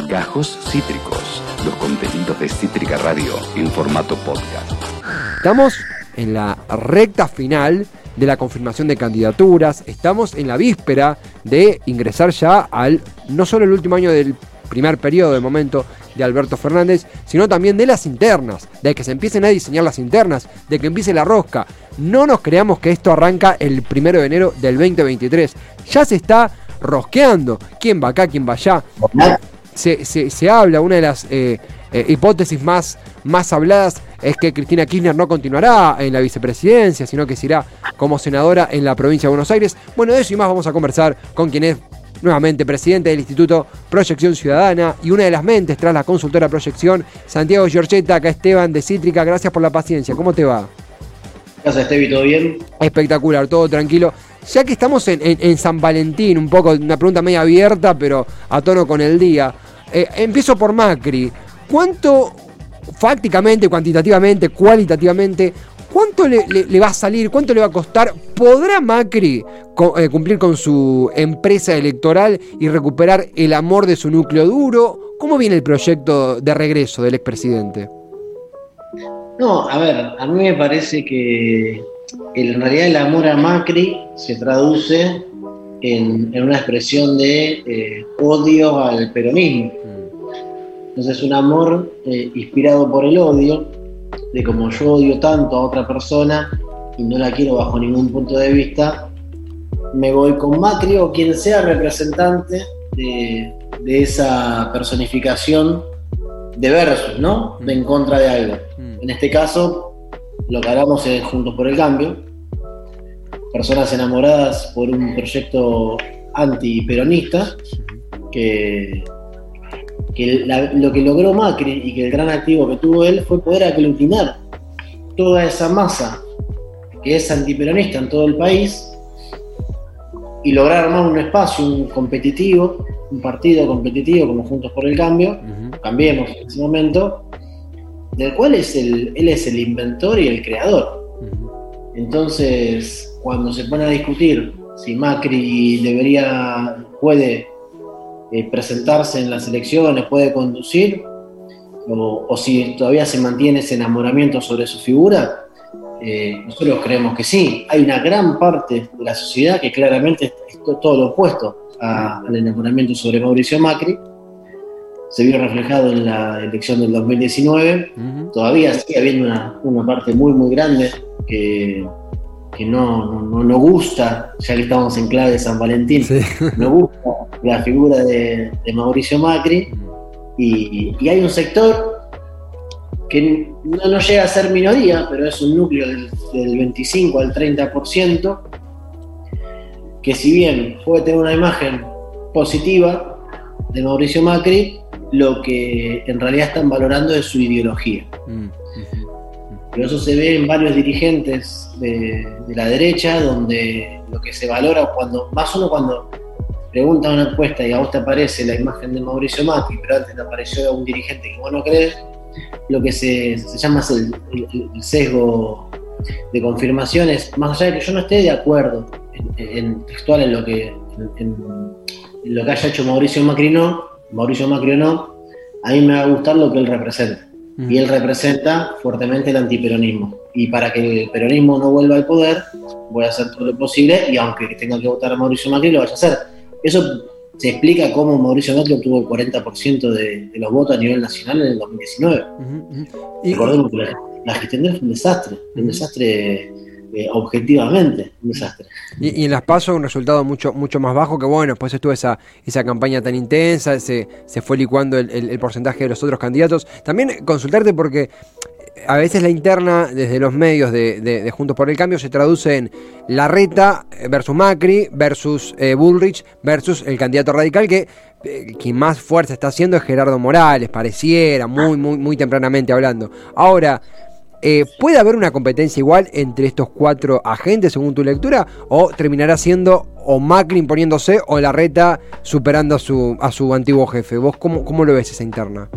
Gajos Cítricos, los contenidos de Cítrica Radio en formato podcast. Estamos en la recta final de la confirmación de candidaturas, estamos en la víspera de ingresar ya al, no solo el último año del primer periodo de momento de Alberto Fernández, sino también de las internas, de que se empiecen a diseñar las internas, de que empiece la rosca. No nos creamos que esto arranca el 1 de enero del 2023, ya se está rosqueando, quién va acá, quién va allá. Se habla, una de las hipótesis más habladas es que Cristina Kirchner no continuará en la vicepresidencia, sino que se irá como senadora en la provincia de Buenos Aires. Bueno, de eso y más vamos a conversar con quien es nuevamente presidente del Instituto Proyección Ciudadana y una de las mentes tras la consultora Proyección, Santiago Giorgetta. Acá Esteban de Cítrica, gracias por la paciencia. ¿Cómo te va? Gracias, Estevi, ¿todo bien? Espectacular, todo tranquilo. Ya que estamos en San Valentín, un poco una pregunta media abierta, pero a tono con el día. Empiezo por Macri. ¿Cuánto, fácticamente, cuantitativamente, cualitativamente, cuánto le va a salir, cuánto le va a costar? ¿Podrá Macri cumplir con su empresa electoral y recuperar el amor de su núcleo duro? ¿Cómo viene el proyecto de regreso del expresidente? No, a ver, a mí me parece que en realidad el amor a Macri se traduce en una expresión de odio al peronismo. Entonces un amor inspirado por el odio, de como yo odio tanto a otra persona y no la quiero bajo ningún punto de vista, me voy con Macri o quien sea representante de esa personificación de versus, ¿no? De en contra de algo. En este caso, lo que hablamos es Juntos por el Cambio, personas enamoradas por un proyecto antiperonista que lo que logró Macri y que el gran activo que tuvo él fue poder aglutinar toda esa masa que es antiperonista en todo el país y lograr armar un espacio, un partido competitivo como Juntos por el Cambio, Cambiemos en ese momento, del cual él es el inventor y el creador. Entonces, cuando se pone a discutir si Macri puede presentarse en las elecciones, puede conducir, o si todavía se mantiene ese enamoramiento sobre su figura, nosotros creemos que sí. Hay una gran parte de la sociedad que claramente es todo lo opuesto al enamoramiento sobre Mauricio Macri. Se vio reflejado en la elección del 2019. Todavía sigue habiendo una parte muy muy grande que no gusta, ya que estamos en clave de San Valentín, sí. No gusta la figura de Mauricio Macri, y hay un sector que no llega a ser minoría, pero es un núcleo del 25 al 30%, que si bien puede tener una imagen positiva de Mauricio Macri, lo que en realidad están valorando es su ideología. Pero eso se ve en varios dirigentes de la derecha, donde lo que se valora cuando pregunta una encuesta y a vos te aparece la imagen de Mauricio Macri, pero antes te apareció un dirigente que vos no crees, lo que se llama el sesgo de confirmaciones. Más allá de que yo no esté de acuerdo en textual en lo que haya hecho Mauricio Macri o no, a mí me va a gustar lo que él representa. Y él representa fuertemente el antiperonismo. Y para que el peronismo no vuelva al poder, voy a hacer todo lo posible, y aunque tenga que votar a Mauricio Macri, lo vaya a hacer. Eso se explica cómo Mauricio Macri obtuvo el 40% de los votos a nivel nacional en el 2019. Recordemos que la gestión de él fue un desastre, objetivamente, un desastre. Y en las PASO un resultado mucho más bajo, que bueno, después estuvo esa campaña tan intensa, se fue licuando el porcentaje de los otros candidatos. También consultarte porque a veces la interna desde los medios de Juntos por el Cambio se traduce en Larreta versus Macri versus Bullrich versus el candidato radical, que quien más fuerza está haciendo es Gerardo Morales, pareciera, muy tempranamente hablando. Ahora, ¿puede haber una competencia igual entre estos cuatro agentes según tu lectura? ¿O terminará siendo o Macri imponiéndose o Larreta superando a su antiguo jefe? ¿Vos cómo lo ves esa interna?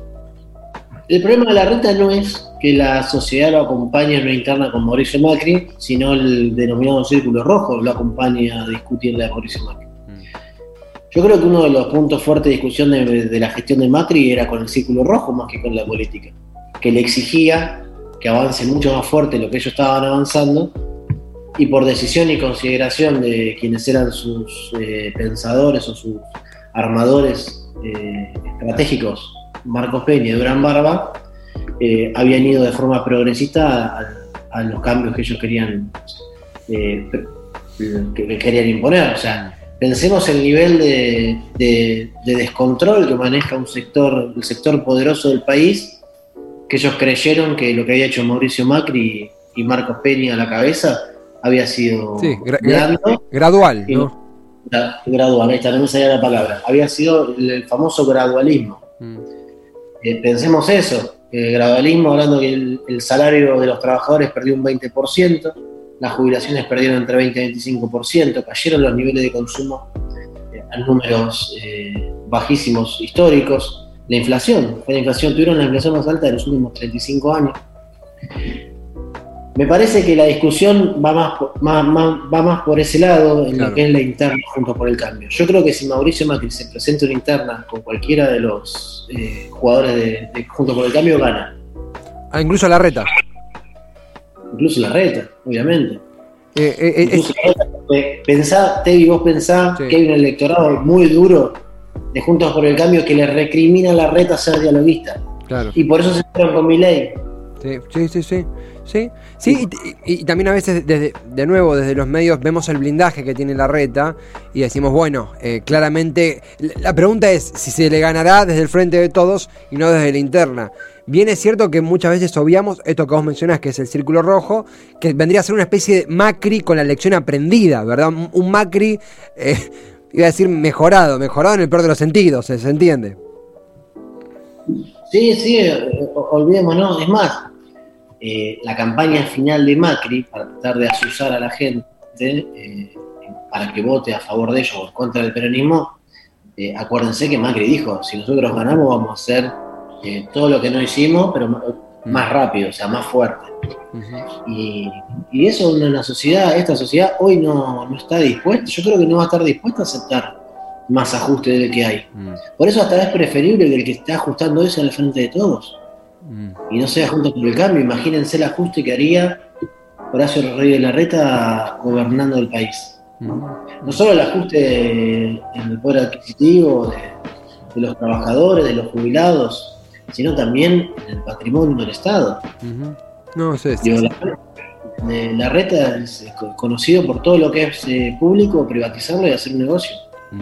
El problema de Larreta no es que la sociedad lo acompañe en una interna con Mauricio Macri, sino el denominado círculo rojo lo acompaña a discutir la de Mauricio Macri. Yo creo que uno de los puntos fuertes de discusión de la gestión de Macri era con el Círculo Rojo más que con la política, que le exigía que avance mucho más fuerte lo que ellos estaban avanzando, y por decisión y consideración de quienes eran sus pensadores o sus armadores estratégicos, Marcos Peña y Durán Barba, habían ido de forma progresista a los cambios que ellos querían imponer. O sea, pensemos el nivel de descontrol que maneja el sector poderoso del país, que ellos creyeron que lo que había hecho Mauricio Macri y Marcos Peña a la cabeza había sido gradual, ¿no? Gradual, ahí está, no me salía la palabra. Había sido el famoso gradualismo. Pensemos eso, el gradualismo, hablando que el salario de los trabajadores perdió un 20%, las jubilaciones perdieron entre 20 y 25%, cayeron los niveles de consumo a números bajísimos históricos. La inflación, tuvieron la inflación más alta de los últimos 35 años. Me parece que la discusión va más por ese lado, en lo que es la interna Juntos por el Cambio. Yo creo que si Mauricio Macri se presenta una interna con cualquiera de los jugadores de Juntos por el Cambio, gana. Incluso Larreta. Incluso Larreta, obviamente. Pensá, Tevi, vos pensá que hay un electorado muy duro de Juntos por el Cambio que le recrimina a Larreta ser dialoguista. Claro. Y por eso se fueron con Milei. Sí, y también a veces desde los medios vemos el blindaje que tiene Larreta y decimos, bueno, claramente la pregunta es si se le ganará desde el frente de todos y no desde la interna. Bien es cierto que muchas veces obviamos esto que vos mencionás, que es el Círculo Rojo, que vendría a ser una especie de Macri con la lección aprendida, ¿verdad? Un Macri, iba a decir mejorado en el peor de los sentidos, ¿se entiende? Sí, olvidémonos, es más, la campaña final de Macri, para tratar de asusar a la gente, para que vote a favor de ellos o contra el peronismo, acuérdense que Macri dijo, si nosotros ganamos vamos a hacer todo lo que no hicimos, pero más rápido, o sea, más fuerte. Y eso esta sociedad hoy no está dispuesta, yo creo que no va a estar dispuesta a aceptar más ajuste del que hay. Por eso hasta es preferible que el que esté ajustando eso al frente de todos. Y no sea Juntos por el Cambio. Imagínense el ajuste que haría Horacio Rodríguez Larreta gobernando el país. No solo el ajuste en el poder adquisitivo de los trabajadores, de los jubilados, sino también en el patrimonio del Estado. No sé. Larreta es conocido por todo lo que es público, privatizarlo y hacer un negocio.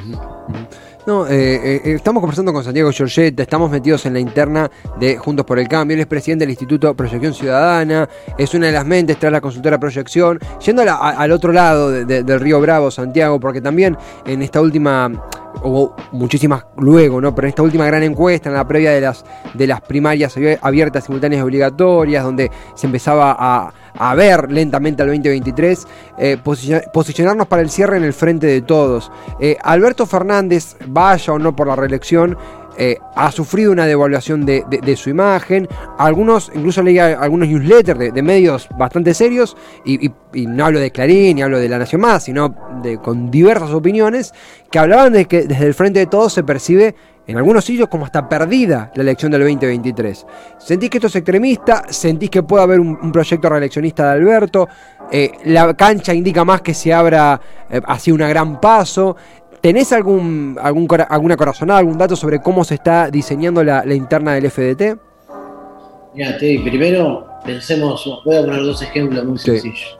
No, estamos conversando con Santiago Giorgetti, estamos metidos en la interna de Juntos por el Cambio. Él es presidente del Instituto Proyección Ciudadana, es una de las mentes tras la consultora Proyección, yendo al otro lado del Río Bravo, Santiago, porque también en esta última, hubo muchísimas luego, ¿no? Pero en esta última gran encuesta, en la previa de las primarias abiertas, simultáneas y obligatorias, donde se empezaba a ver lentamente al 2023, posicionarnos para el cierre en el frente de todos. Alberto Fernández, vaya o no por la reelección, ha sufrido una devaluación de su imagen. Algunos, incluso leía algunos newsletters de medios bastante serios, y no hablo de Clarín ni hablo de La Nación Más, sino con diversas opiniones que hablaban de que desde el frente de todos se percibe en algunos sitios como hasta perdida la elección del 2023. ¿Sentís que esto es extremista? ¿Sentís que puede haber un proyecto reeleccionista de Alberto? La cancha indica más que se abra hacia un gran paso. ¿Tenés alguna corazonada, algún dato sobre cómo se está diseñando la interna del FDT? Mira, Teddy, primero pensemos, voy a poner dos ejemplos muy sencillos.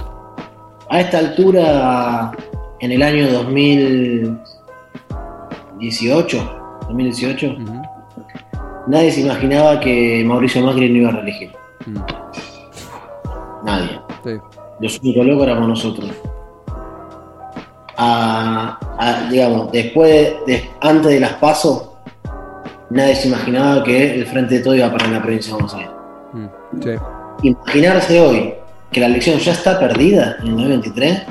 A esta altura, en el año 2018, nadie se imaginaba que Mauricio Macri no iba a reelegir. Nadie. Sí. Los únicos locos éramos nosotros. Digamos, antes de las PASO, nadie se imaginaba que el Frente de Todo iba para la provincia de Buenos Aires. Sí. Imaginarse hoy que la elección ya está perdida en el 2023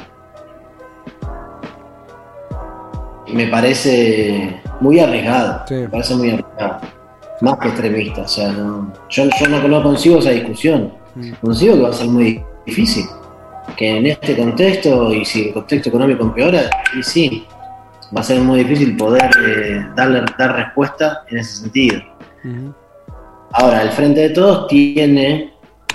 me parece muy arriesgado. Sí. Me parece muy arriesgado. Más que extremista. O sea, yo no consigo esa discusión. Consigo que va a ser muy difícil. Que en este contexto, y si el contexto económico empeora, y sí. va a ser muy difícil poder dar respuesta en ese sentido. Uh-huh. Ahora, el Frente de Todos tiene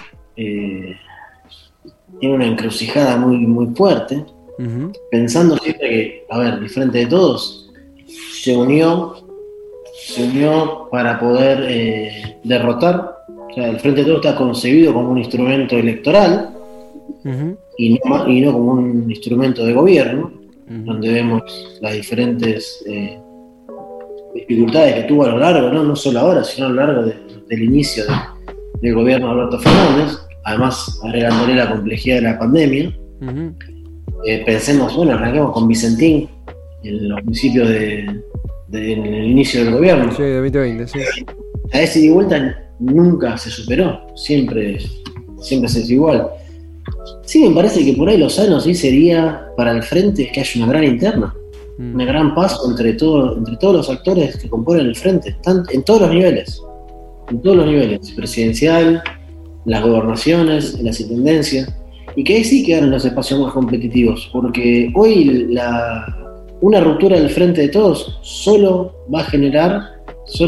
una encrucijada muy, muy fuerte, uh-huh. Pensando siempre que, a ver, el Frente de Todos se unió para poder derrotar. O sea, el Frente de Todos está concebido como un instrumento electoral, uh-huh. y no como un instrumento de gobierno, uh-huh. Donde vemos las diferentes dificultades que tuvo a lo largo, no solo ahora, sino a lo largo del inicio del gobierno de Alberto Fernández, además agregándole la complejidad de la pandemia. Uh-huh. Pensemos, arranquemos con Vicentín en los principios en el inicio del gobierno. Sí, de 2020, sí. A ese ida y vuelta nunca se superó, siempre se hizo igual. Sí, me parece que por ahí lo sano sí sería para el frente que haya una gran interna, una gran paz entre todos los actores que componen el frente, en todos los niveles, presidencial, las gobernaciones, las intendencias, y que ahí sí quedan los espacios más competitivos, porque hoy una ruptura del Frente de Todos solo va a generar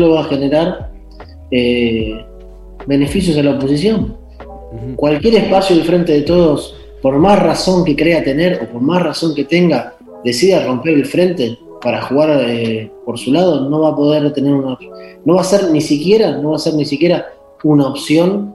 beneficios a la oposición. Uh-huh. Cualquier espacio del Frente de Todos, por más razón que crea tener o por más razón que tenga, decida romper el frente para jugar por su lado, no va a poder tener no va a ser ni siquiera una opción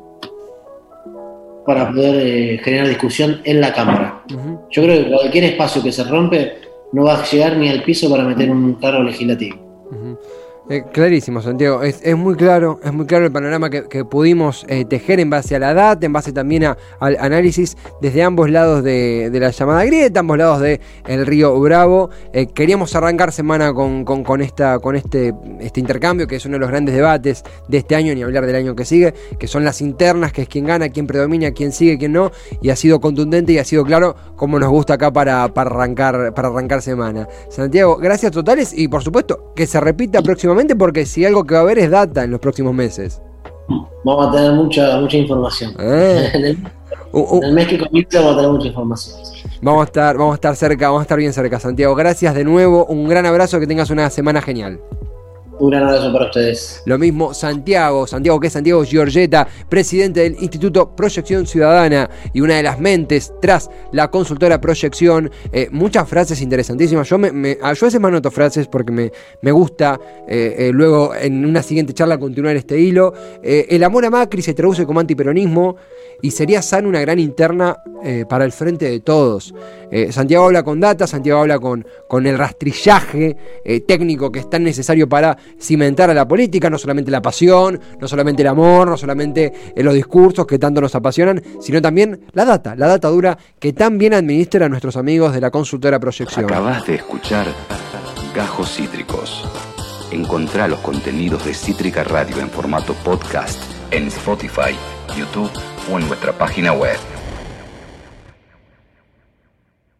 para poder generar discusión en la Cámara. Uh-huh. Yo creo que cualquier espacio que se rompe no va a llegar ni al piso para meter un cargo legislativo. Uh-huh. Clarísimo, Santiago, es muy claro el panorama que pudimos tejer en base a la data, en base también al análisis desde ambos lados de la llamada grieta, ambos lados del río Bravo. Queríamos arrancar semana con este intercambio, que es uno de los grandes debates de este año, ni hablar del año que sigue, que son las internas, que es quién gana, quién predomina, quién sigue, quién no, y ha sido contundente y ha sido claro como nos gusta acá para arrancar semana. Santiago, gracias totales y por supuesto que se repita próximamente, porque si algo que va a haber es data en los próximos meses. Vamos a tener mucha información. En el mes que comienza vamos a tener mucha información. Vamos a estar cerca, vamos a estar bien cerca, Santiago. Gracias de nuevo, un gran abrazo, que tengas una semana genial. Un gran abrazo para ustedes. Lo mismo Santiago, que es Santiago Giorgetta, presidente del Instituto Proyección Ciudadana y una de las mentes tras la consultora Proyección. Muchas frases interesantísimas. Yo a veces me anoto frases porque me gusta luego en una siguiente charla continuar este hilo. El amor a Macri se traduce como antiperonismo y sería sano una gran interna para el Frente de Todos. Santiago habla con data, Santiago habla con el rastrillaje técnico que es tan necesario para cimentar a la política, no solamente la pasión, no solamente el amor, no solamente los discursos que tanto nos apasionan, sino también la data dura que tan bien administran nuestros amigos de la consultora Proyección. Acabás de escuchar Gajos Cítricos. Encontrá los contenidos de Cítrica Radio en formato podcast en Spotify, YouTube o en nuestra página web.